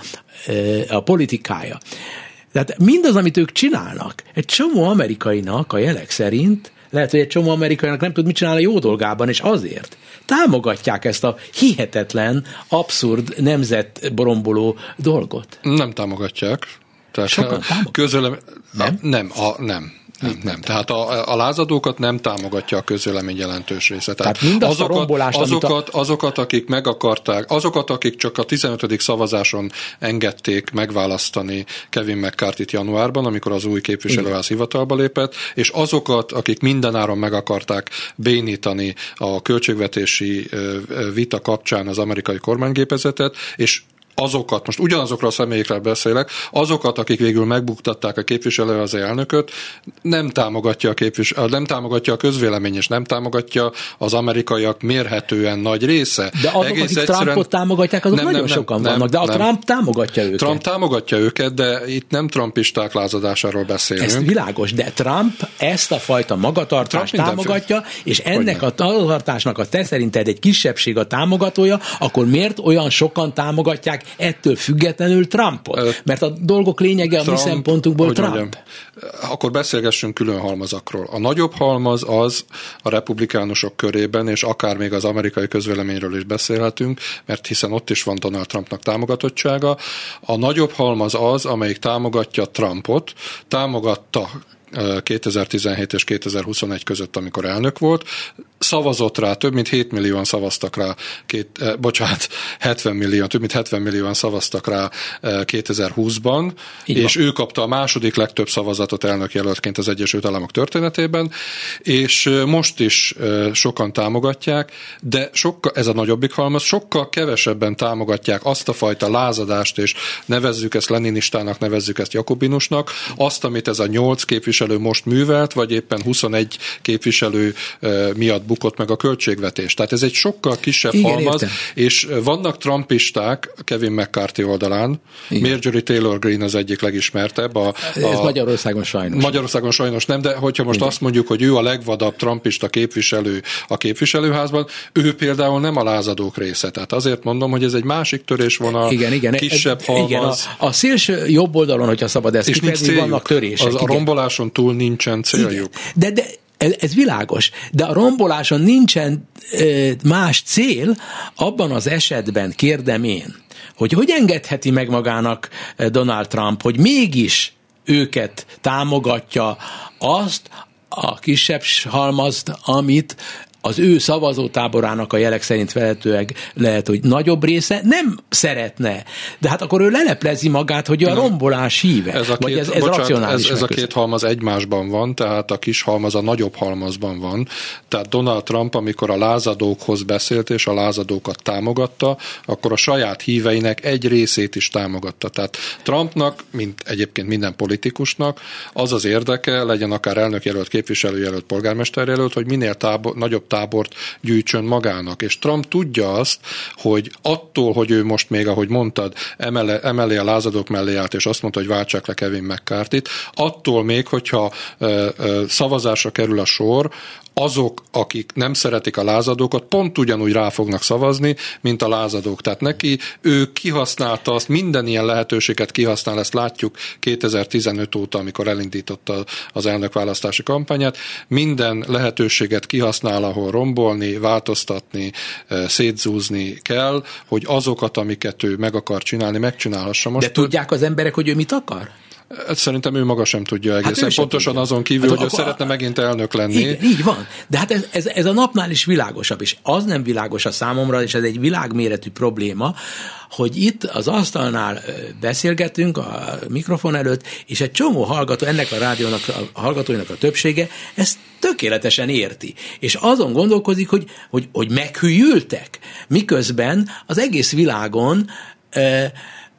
a politikája. Tehát mindaz, amit ők csinálnak, egy csomó amerikainak a jelek szerint, lehet, hogy egy csomó amerikainak nem tud mit csinálni a jó dolgában, és azért támogatják ezt a hihetetlen, abszurd, nemzetboromboló dolgot. Nem támogatják. Tehát sokan támogatják? Közölem... Nem? Nem, a, nem. Nem, nem. Tehát a, a lázadókat nem támogatja a közvélemény jelentős része. Tehát, Tehát azokat, a rombolást, azokat, a... azokat, akik meg akarták, azokat, akik csak a tizenötödik szavazáson engedték megválasztani Kevin McCarthyt januárban, amikor az új képviselőház hivatalba lépett, és azokat, akik mindenáron meg akarták bénítani a költségvetési vita kapcsán az amerikai kormánygépezetet, és azokat, most ugyanazokról a személyekről beszélek, azokat, akik végül megbuktatták a képviselőházi elnököt, nem támogatja a képvisel, nem támogatja a közvélemény, és nem támogatja az amerikaiak mérhetően nagy része. De azok, Egész akik egyszerűen... Trumpot támogatják, azok nem, nagyon nem, sokan nem, vannak, de a nem. Trump támogatja őket. Trump támogatja őket, de itt nem trumpisták lázadásáról beszélünk. Ez világos, de Trump ezt a fajta magatartást Trump támogatja, és ennek a magatartásnak a te szerinted egy kisebbség a támogatója, akkor miért olyan sokan támogatják ettől függetlenül Trumpot? Mert a dolgok lényege a Trump, mi szempontunkból Trump. Mondjam, akkor beszélgessünk külön halmazakról. A nagyobb halmaz az a republikánusok körében, és akár még az amerikai közvéleményről is beszélhetünk, mert hiszen ott is van Donald Trumpnak támogatottsága. A nagyobb halmaz az, amelyik támogatja Trumpot, támogatta kétezer-tizenhét és kétezer-huszonegy között, amikor elnök volt, szavazott rá, több mint hét millióan szavaztak rá, két, eh, bocsánat, hetven millió, több mint hetven millióan szavaztak rá eh, kétezer-húszban, így és van. Ő kapta a második legtöbb szavazatot elnökjelöltként az Egyesült Államok történetében, és eh, most is eh, sokan támogatják, de sokkal, ez a nagyobbik halmaz, sokkal kevesebben támogatják azt a fajta lázadást, és nevezzük ezt leninistának, nevezzük ezt jakobinusnak, azt, amit ez a nyolc képviselő most művelt, vagy éppen huszonegy képviselő eh, miatt bukott meg a költségvetés. Tehát ez egy sokkal kisebb igen, halmaz, értem. És vannak trumpisták Kevin McCarthy oldalán, igen. Marjorie Taylor Greene az egyik legismertebb. A, a, ez Magyarországon sajnos. Magyarországon sajnos nem, de hogyha most igen. azt mondjuk, hogy ő a legvadabb trumpista képviselő a képviselőházban, ő például nem a lázadók része. Tehát azért mondom, hogy ez egy másik törésvonal, igen, igen. kisebb halmaz. Igen, a, a szélső jobb oldalon, hogyha szabad ezt kifejezni, vannak törések. Az, a romboláson túl nincsen céljuk. Igen. De, de Ez, ez világos, de a romboláson nincsen e, más cél, abban az esetben kérdem én, hogy hogy engedheti meg magának Donald Trump, hogy mégis őket támogatja azt a kisebb halmazt, amit az ő szavazótáborának a jelek szerint vehetőleg lehet, hogy nagyobb része nem szeretne. De hát akkor ő leleplezi magát, hogy a rombolás híve. Ez a két, ez, ez, bocsánat, ez, ez a két halmaz egymásban van, tehát a kis halmaz a nagyobb halmazban van. Tehát Donald Trump, amikor a lázadókhoz beszélt, és a lázadókat támogatta, akkor a saját híveinek egy részét is támogatta. Tehát Trumpnak, mint egyébként minden politikusnak, az az érdeke, legyen akár elnökjelölt, képviselőjelölt, polgármesterjelölt, hogy minél tábor, nagyobb tábort gyűjtsön magának. És Trump tudja azt, hogy attól, hogy ő most még, ahogy mondtad, emele, emelé a lázadók mellé állt, és azt mondta, hogy váltsák le Kevin McCarthyt, attól még, hogyha ö, ö, szavazásra kerül a sor, azok, akik nem szeretik a lázadókat, pont ugyanúgy rá fognak szavazni, mint a lázadók. Tehát neki ő kihasználta azt, minden ilyen lehetőséget kihasznál, ezt látjuk kétezer-tizenöt óta, amikor elindította az elnökválasztási kampányát, minden lehetőséget kihasznál, ahol rombolni, változtatni, szétzúzni kell, hogy azokat, amiket ő meg akar csinálni, megcsinálhassa. Most de tudják az emberek, hogy ő mit akar? Szerintem ő maga sem tudja egészen. Hát pontosan tudja. Azon kívül, hát, hogy akkor, ő szeretne megint elnök lenni. Igen, így van. De hát ez, ez, ez a napnál is világosabb, és az nem világos a számomra, és ez egy világméretű probléma, hogy itt az asztalnál beszélgetünk a mikrofon előtt, és egy csomó hallgató, ennek a rádiónak, a hallgatóinak a többsége ezt tökéletesen érti. És azon gondolkozik, hogy, hogy, hogy meghűltek, miközben az egész világon e,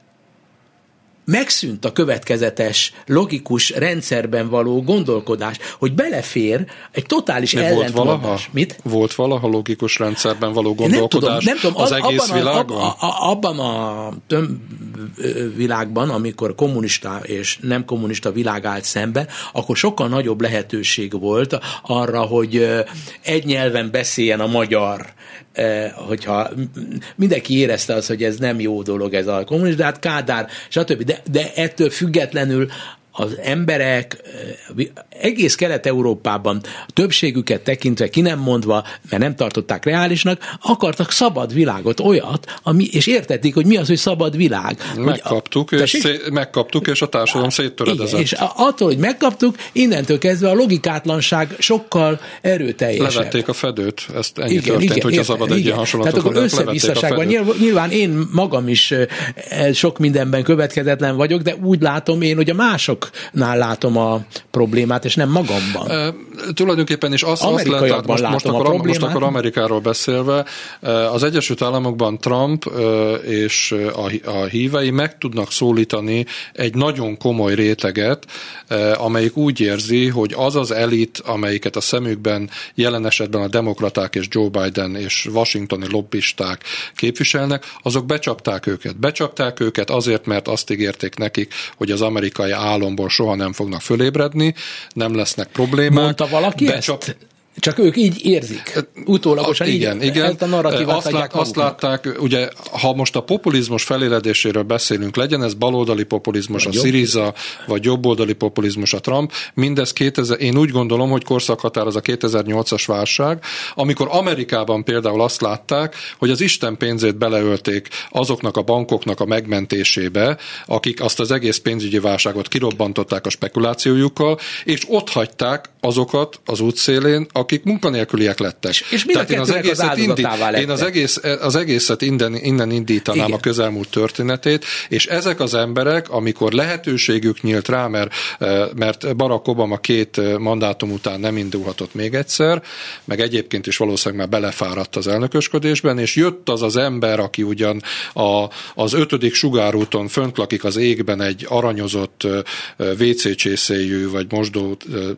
megszűnt a következetes, logikus rendszerben való gondolkodás, hogy belefér egy totális ellentmondás. Mit? Volt valaha logikus rendszerben való gondolkodás nem tudom, nem tudom, az, az egész abban világon? A, a, abban a töm világban, amikor kommunista és nem kommunista világ állt szemben, akkor sokkal nagyobb lehetőség volt arra, hogy egy nyelven beszéljen a magyar, hogyha mindenki érezte azt, hogy ez nem jó dolog ez a kommunista, de hát Kádár, stb. De, de ettől függetlenül az emberek egész Kelet-Európában többségüket tekintve, ki nem mondva, mert nem tartották reálisnak, akartak szabad világot, olyat, ami, és értették, hogy mi az, hogy szabad világ. Megkaptuk, hogy a, és, szé, megkaptuk és a társadalom széttöredezett. Igen, és attól, hogy megkaptuk, innentől kezdve a logikátlanság sokkal erőteljesebb. Levették a fedőt, ezt ennyi igen, történt, igen, hogyha szabad egy ilyen hasonlatot. Tehát akkor összevisszaságban nyilván én magam is sok mindenben következetlen vagyok, de úgy látom én, hogy a mások nál látom a problémát, és nem magamban. E, tulajdonképpen is azt, azt lehet, tehát most, most, akkor, most akkor Amerikáról beszélve, az Egyesült Államokban Trump és a, a hívei meg tudnak szólítani egy nagyon komoly réteget, amelyik úgy érzi, hogy az az elit, amelyiket a szemükben jelen esetben a demokraták és Joe Biden és washingtoni lobbisták képviselnek, azok becsapták őket. Becsapták őket azért, mert azt ígérték nekik, hogy az amerikai álomból soha nem fognak fölébredni, nem lesznek problémák. Mondta valaki Becsap... ezt? Csak ők így érzik. Utólagosan a, igen, így igen. ezt a narratívát azt, lát, azt látták, ugye, ha most a populizmus feléledéséről beszélünk, legyen ez baloldali populizmus, vagy a Syriza, vagy jobboldali populizmus, a Trump, mindez kétezer, én úgy gondolom, hogy korszakhatároz a kétezer-nyolcas válság, amikor Amerikában például azt látták, hogy az Isten pénzét beleölték azoknak a bankoknak a megmentésébe, akik azt az egész pénzügyi válságot kirobbantották a spekulációjukkal, és ott hagyták azokat az útszélén, akik munkanélküliek lettek. És mind a kettőnek az áldozatává lettek. Én az, egész, az egészet innen, innen indítanám igen. a közelmúlt történetét, és ezek az emberek, amikor lehetőségük nyílt rá, mert, mert Barack Obama két mandátum után nem indulhatott még egyszer, meg egyébként is valószínűleg már belefáradt az elnökösködésben, és jött az az ember, aki ugyan a, az ötödik sugárúton fönt lakik az égben egy aranyozott vé cé csészéjű, vagy mosdó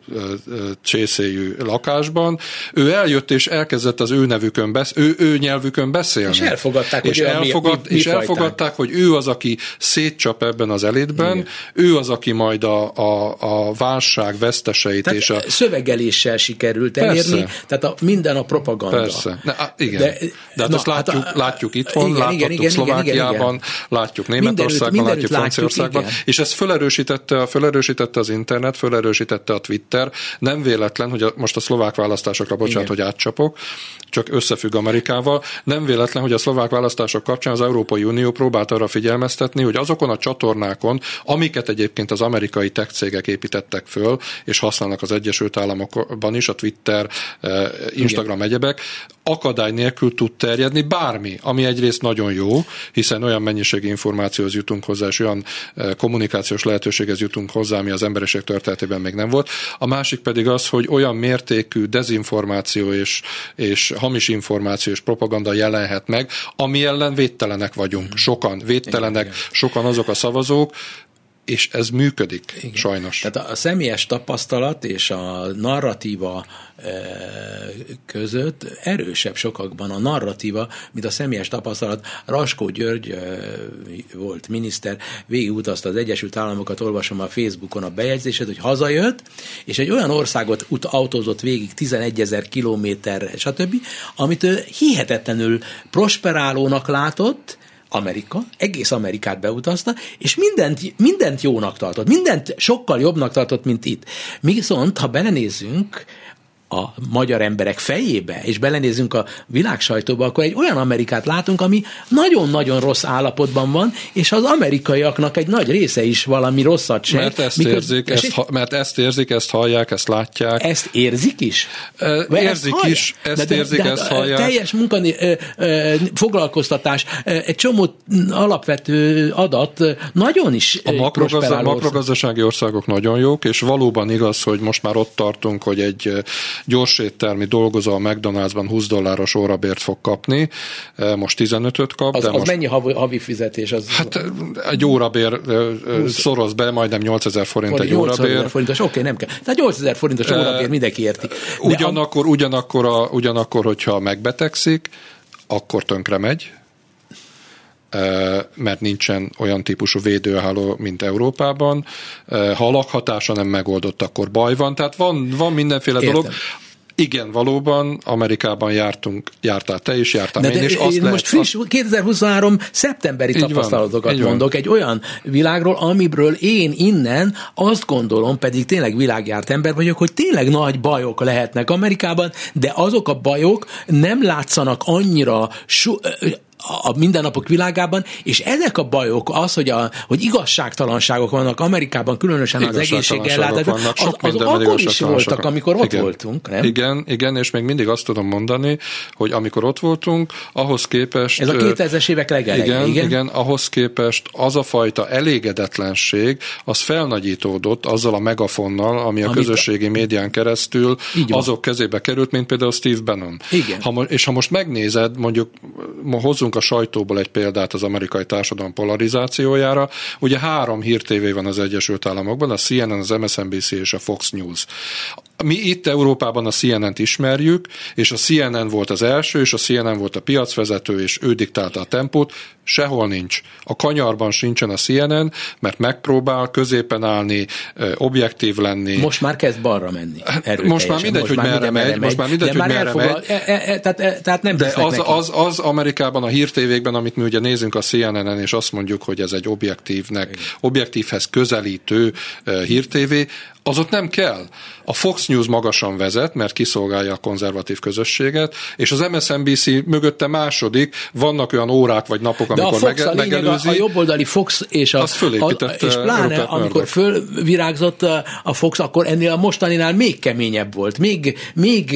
csészéjű lakásban, ő eljött és elkezdett az ő nevükön, besz- ő, ő nyelvükön beszélni. És elfogadták, és hogy, elfogad, mi, mi, mi és elfogadták, hogy ő az, aki szétcsap ebben az elitben, igen. ő az, aki majd a, a, a válság veszteseit tehát és a... szövegeléssel sikerült elérni, persze. Tehát a, minden a propaganda. Persze. Ne, á, igen. De, de hát na, ezt látjuk, hát a, látjuk itthon, igen, láthattuk igen, Szlovákiában, igen, igen. látjuk Németországban, mindenütt, látjuk Franciaországban, látjuk, és ez felerősítette, felerősítette az internet, felerősítette a Twitter. Nem véletlen, hogy a, most a szlovák választásokra, bocsánat, igen. hogy átcsapok, csak összefügg Amerikával. Nem véletlen, hogy a szlovák választások kapcsán az Európai Unió próbált arra figyelmeztetni, hogy azokon a csatornákon, amiket egyébként az amerikai tech cégek építettek föl, és használnak az Egyesült Államokban is, a Twitter, Instagram igen. egyebek, akadály nélkül tud terjedni bármi, ami egyrészt nagyon jó, hiszen olyan mennyiségi információhoz jutunk hozzá, és olyan kommunikációs lehetőséghez jutunk hozzá, ami az emberiség történetében még nem volt. A másik pedig az, hogy olyan mértékű dezinformáció és, és hamis információ és propaganda jelenhet meg, ami ellen védtelenek vagyunk. Sokan védtelenek, igen, sokan azok a szavazók, és ez működik, igen. sajnos. Tehát a személyes tapasztalat és a narratíva között erősebb sokakban a narratíva, mint a személyes tapasztalat. Raskó György volt miniszter, végigutazta az Egyesült Államokat, olvasom a Facebookon a bejegyzését, hogy hazajött, és egy olyan országot ut- autózott végig tizenegyezer kilométerre, stb., amit ő hihetetlenül prosperálónak látott, Amerika, egész Amerikát beutazta, és mindent, mindent jónak tartott, mindent sokkal jobbnak tartott, mint itt. Viszont, ha belenézzünk a magyar emberek fejébe, és belenézzünk a világsajtóba, akkor egy olyan Amerikát látunk, ami nagyon-nagyon rossz állapotban van, és az amerikaiaknak egy nagy része is valami rosszat sejt. Mert ezt, mikor, érzik, ezt, ha, mert ezt érzik, ezt hallják, ezt látják. Ezt érzik is? E, érzik ezt is, ezt de, érzik, de, ezt de, hallják. Teljes munkani, foglalkoztatás, egy csomó alapvető adat nagyon is a makrogazda, makrogazdasági országok nagyon jók, és valóban igaz, hogy most már ott tartunk, hogy egy gyorséttermi dolgozó a McDonald'sban húsz dolláros órabért fog kapni, most tizenötöt kap. Az, de az most, mennyi havi, havi fizetés? Az hát egy órabér szoroz be, majdnem nyolcezer forint egy órabér. Forintos, oké, okay, nem kell. Tehát nyolcezer forintos órabér mindenki érti. De ugyanakkor, a... ugyanakkor, a, ugyanakkor, hogyha megbetegszik, akkor tönkre megy, mert nincsen olyan típusú védőháló, mint Európában. Ha a lakhatása nem megoldott, akkor baj van. Tehát van, van mindenféle Értem. dolog. Igen, valóban, Amerikában jártunk, jártál te is, jártál én is. Azt én lehet, most friss, azt... kétezer-huszonhárom szeptemberi tapasztalatokat van, mondok, egy olyan világról, amiből én innen azt gondolom, pedig tényleg világjárt ember vagyok, hogy tényleg nagy bajok lehetnek Amerikában, de azok a bajok nem látszanak annyira so, a mindennapok világában, és ezek a bajok, az, hogy, a, hogy igazságtalanságok vannak Amerikában, különösen az egészségellátásban, az, az akkor is voltak, amikor ott igen. voltunk, nem? Igen, igen, és még mindig azt tudom mondani, hogy amikor ott voltunk, ahhoz képest... Ez a kétezres évek legelején, igen, igen? Igen, ahhoz képest az a fajta elégedetlenség, az felnagyítódott azzal a megafonnal, ami a Amit közösségi a... médián keresztül azok kezébe került, mint például Steve Bannon. Igen. Ha, és ha most megnézed, mondjuk hozzunk a sajtóból egy példát az amerikai társadalom polarizációjára. Ugye három hírtévé van az Egyesült Államokban, a C N N, az M S N B C és a Fox News. Mi itt Európában a C N N-t ismerjük, és a C N N volt az első, és a C N N volt a piacvezető, és ő diktálta a tempót. Sehol nincs. A kanyarban sincsen a C N N, mert megpróbál középen állni, objektív lenni. Most már kezd balra menni. Most már mindegy, most hogy merre megy, megy. Most már mindegy, hogy merre elfogal, megy. E, e, e, tehát, e, tehát nem de az, az, az Amerikában, a hírtévékben, amit mi ugye nézünk a C N N-en, és azt mondjuk, hogy ez egy objektívnek, igen. objektívhez közelítő uh, hírtévé, az ott nem kell. A Fox News magasan vezet, mert kiszolgálja a konzervatív közösséget, és az M S N B C mögötte második, vannak olyan órák vagy napok, amikor de a Fox mege- a megelőzi. A, a jobboldali Fox és, a, a, és pláne amikor fölvirágzott a Fox, akkor ennél a mostaninál még keményebb volt, még, még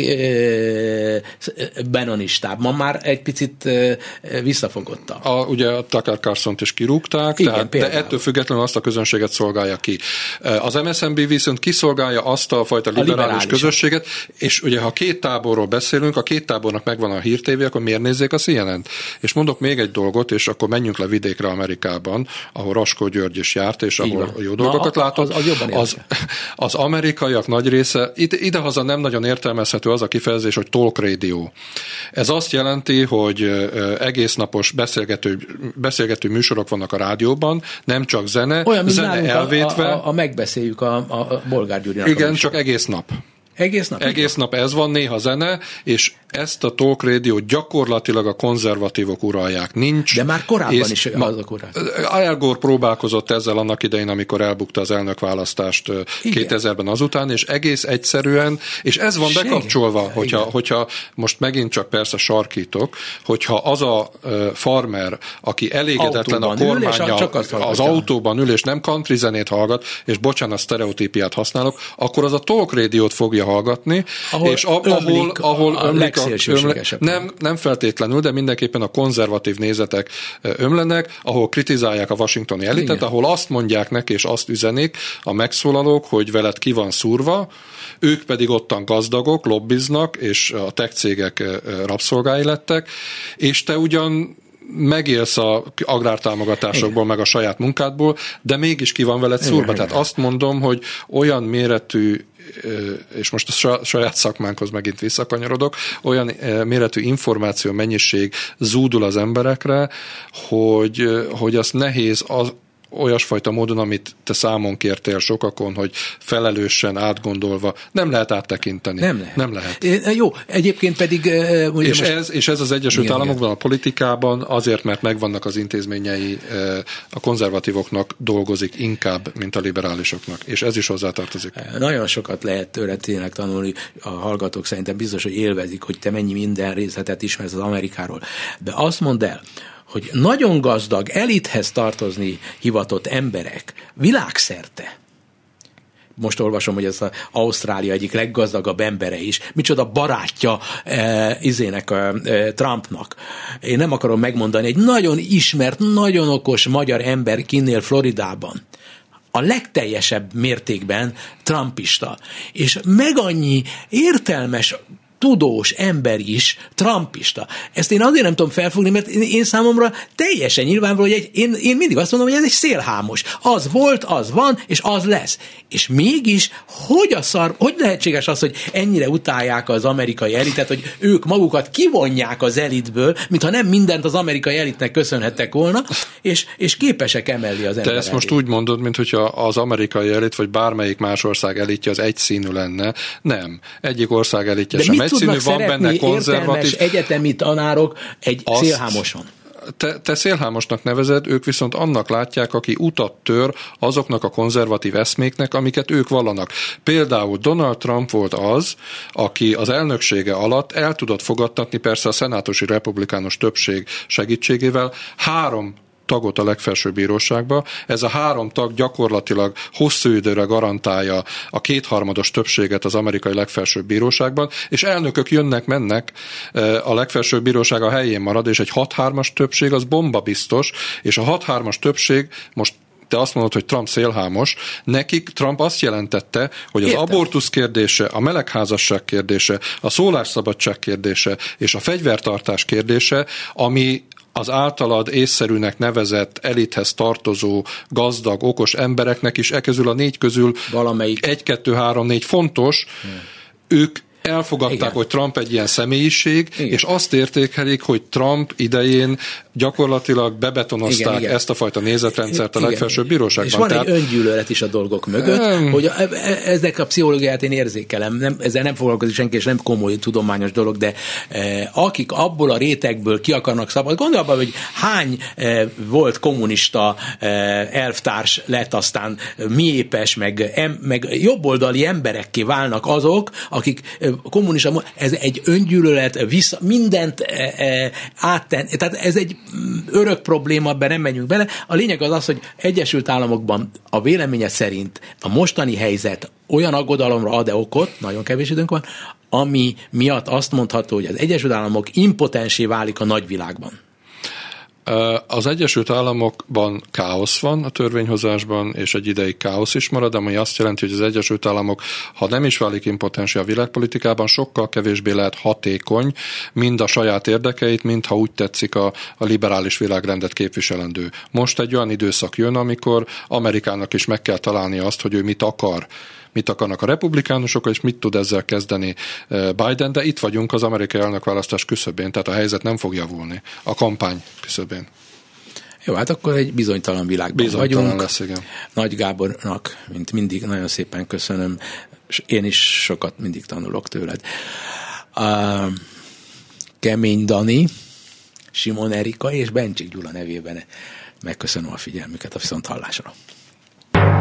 e, benonistább. Ma már egy picit e, visszafogotta. A, ugye a Tucker Carlsont is kirúgták, igen, tehát, de ettől függetlenül azt a közönséget szolgálja ki. Az M S N B viszont kiszolgálja azt a fajta liberális, a liberális közösséget, és ugye ha két táborról beszélünk, a két tábornak megvan a hírtévé, akkor miért nézzék a C N N-t? És mondok még egy dolgot, és akkor menjünk le vidékre Amerikában, ahol Raskó György is járt, és ahol jó dolgokat Na, látott. Az, az, az, az amerikaiak nagy része, ide, idehaza nem nagyon értelmezhető az a kifejezés, hogy talk radio. Ez azt jelenti, hogy egész napos beszélgető, beszélgető műsorok vannak a rádióban, nem csak zene, olyan, zene elvétve. A, a, a megbeszéljük a, a Bolgár Gyurinak. Igen, csak egész nap. Egész nap? Egész nap ez van, néha zene, és ezt a talk rádiót gyakorlatilag a konzervatívok uralják. Nincs. De már korábban is azok uralják. Al Gore próbálkozott ezzel annak idején, amikor elbukta az elnökválasztást kétezerben azután, és egész egyszerűen, és ez van Ség. bekapcsolva, hogyha, hogyha most megint csak persze sarkítok, hogyha az a farmer, aki elégedetlen autóban a kormánnyal, az, az autóban ül, és nem country zenét hallgat, és bocsánat, sztereotípiát használok, akkor az a talk rádiót fogja hallgatni, ahol és a, ahol, ahol a ömlik a, ömle, nem, nem feltétlenül, de mindenképpen a konzervatív nézetek ömlenek, ahol kritizálják a washingtoni elitet, igen. ahol azt mondják neki, és azt üzenik a megszólalók, hogy veled ki van szúrva, ők pedig ottan gazdagok, lobbiznak, és a tech cégek rabszolgái lettek, és te ugyan megélsz a agrártámogatásokból, igen. meg a saját munkádból, de mégis ki van veled szúrva. Igen, Tehát igen. azt mondom, hogy olyan méretű, és most a saját szakmánkhoz megint visszakanyarodok, olyan méretű információ mennyiség zúdul az emberekre, hogy, hogy az nehéz az, olyasfajta módon, amit te számon kértél sokakon, hogy felelősen, átgondolva, nem lehet áttekinteni. Nem lehet. Nem lehet. É, jó, egyébként pedig... És, most... ez, és ez az Egyesült igen, Államokban, igen. a politikában azért, mert megvannak az intézményei, a konzervatívoknak dolgozik inkább, mint a liberálisoknak. És ez is hozzátartozik. Nagyon sokat lehet tőle tényleg tanulni. A hallgatók szerintem biztos, hogy élvezik, hogy te mennyi minden részletet ismersz az Amerikáról. De azt mondd el, hogy nagyon gazdag, elithez tartozni hivatott emberek világszerte, most olvasom, hogy ez az Ausztrália egyik leggazdagabb embere is, micsoda barátja e, izének, e, Trumpnak. Én nem akarom megmondani, egy nagyon ismert, nagyon okos magyar ember kinnél Floridában, a legteljesebb mértékben trumpista, és meg annyi értelmes tudós ember is trumpista. Ezt én azért nem tudom felfogni, mert én, én számomra teljesen nyilvánvaló, hogy egy, én, én mindig azt mondom, hogy ez egy szélhámos. Az volt, az van, és az lesz. És mégis, hogy a szar, hogy lehetséges az, hogy ennyire utálják az amerikai elitet, hogy ők magukat kivonják az elitből, mintha nem mindent az amerikai elitnek köszönhettek volna, és, és képesek emelni az ember. Te ezt most úgy mondod, mintha az amerikai elit, vagy bármelyik más ország elitje az egyszínű lenne. Nem. Egyik ország elitje sem egyszínű, van benne konzervatív. Egyetemi tanárok egy azt, szélhámoson. Te, te szélhámosnak nevezed, ők viszont annak látják, aki utat tör azoknak a konzervatív eszméknek, amiket ők vallanak. Például Donald Trump volt az, aki az elnöksége alatt el tudott fogadtatni, persze a szenátusi republikánus többség segítségével, három tagot a legfelsőbb bíróságba. Ez a három tag gyakorlatilag hosszú időre garantálja a kétharmados többséget az amerikai legfelsőbb bíróságban, és elnökök jönnek-mennek, a legfelsőbb bíróság a helyén marad, és egy hat hármas többség az bomba biztos, és a hat hármas többség most te azt mondod, hogy Trump szélhámos, nekik Trump azt jelentette, hogy az Értem. abortusz kérdése, a melegházasság kérdése, a szólásszabadság kérdése és a fegyvertartás kérdése, ami az általad észszerűnek nevezett elithez tartozó, gazdag, okos embereknek is e közül a négy közül valamelyik egy, kettő, három, négy fontos, hmm. ők elfogadták, igen, hogy Trump egy ilyen személyiség, igen, és azt értékelik, hogy Trump idején gyakorlatilag bebetonozták, igen, igen, ezt a fajta nézetrendszert a legfelsőbb bíróságban. És van Tehát... egy öngyűlölet is a dolgok mögött, um... hogy ezek a pszichológiát én érzékelem, nem, ezzel nem foglalkozik senki, és nem komoly tudományos dolog, de eh, akik abból a rétegből ki akarnak szabad, gondolj abban, hogy hány eh, volt kommunista eh, elvtárs lett aztán miépes, meg, em, meg jobboldali emberekké válnak azok, akik eh, kommunista, ez egy öngyűlölet, vissza, mindent e, e, átten, tehát ez egy örök probléma, abban nem menjünk bele. A lényeg az az, hogy Egyesült Államokban a véleménye szerint a mostani helyzet olyan aggodalomra ad-e okot, nagyon kevés időnk van, ami miatt azt mondható, hogy az Egyesült Államok impotensé válik a nagyvilágban. Az Egyesült Államokban káosz van a törvényhozásban, és egy ideig káosz is marad, ami azt jelenti, hogy az Egyesült Államok, ha nem is válik impotensé a világpolitikában, sokkal kevésbé lehet hatékony, mind a saját érdekeit, mind ha úgy tetszik a, a liberális világrendet képviselendő. Most egy olyan időszak jön, amikor Amerikának is meg kell találni azt, hogy ő mit akar. Mit akarnak a republikánusok, és mit tud ezzel kezdeni Biden, de itt vagyunk az amerikai elnökválasztás küszöbén, tehát a helyzet nem fog javulni a kampány küszöbén. Jó, hát akkor egy bizonytalan világban bizonytalan vagyunk. Lesz, igen. Nagy Gábornak, mint mindig, nagyon szépen köszönöm, és én is sokat mindig tanulok tőled. Uh, Kemény Dani, Simon Erika és Bencsik Gyula nevében megköszönöm a figyelmüket, a viszonthallásra.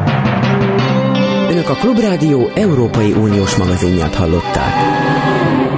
Önök a Klubrádió Európai Uniós magazinját hallották.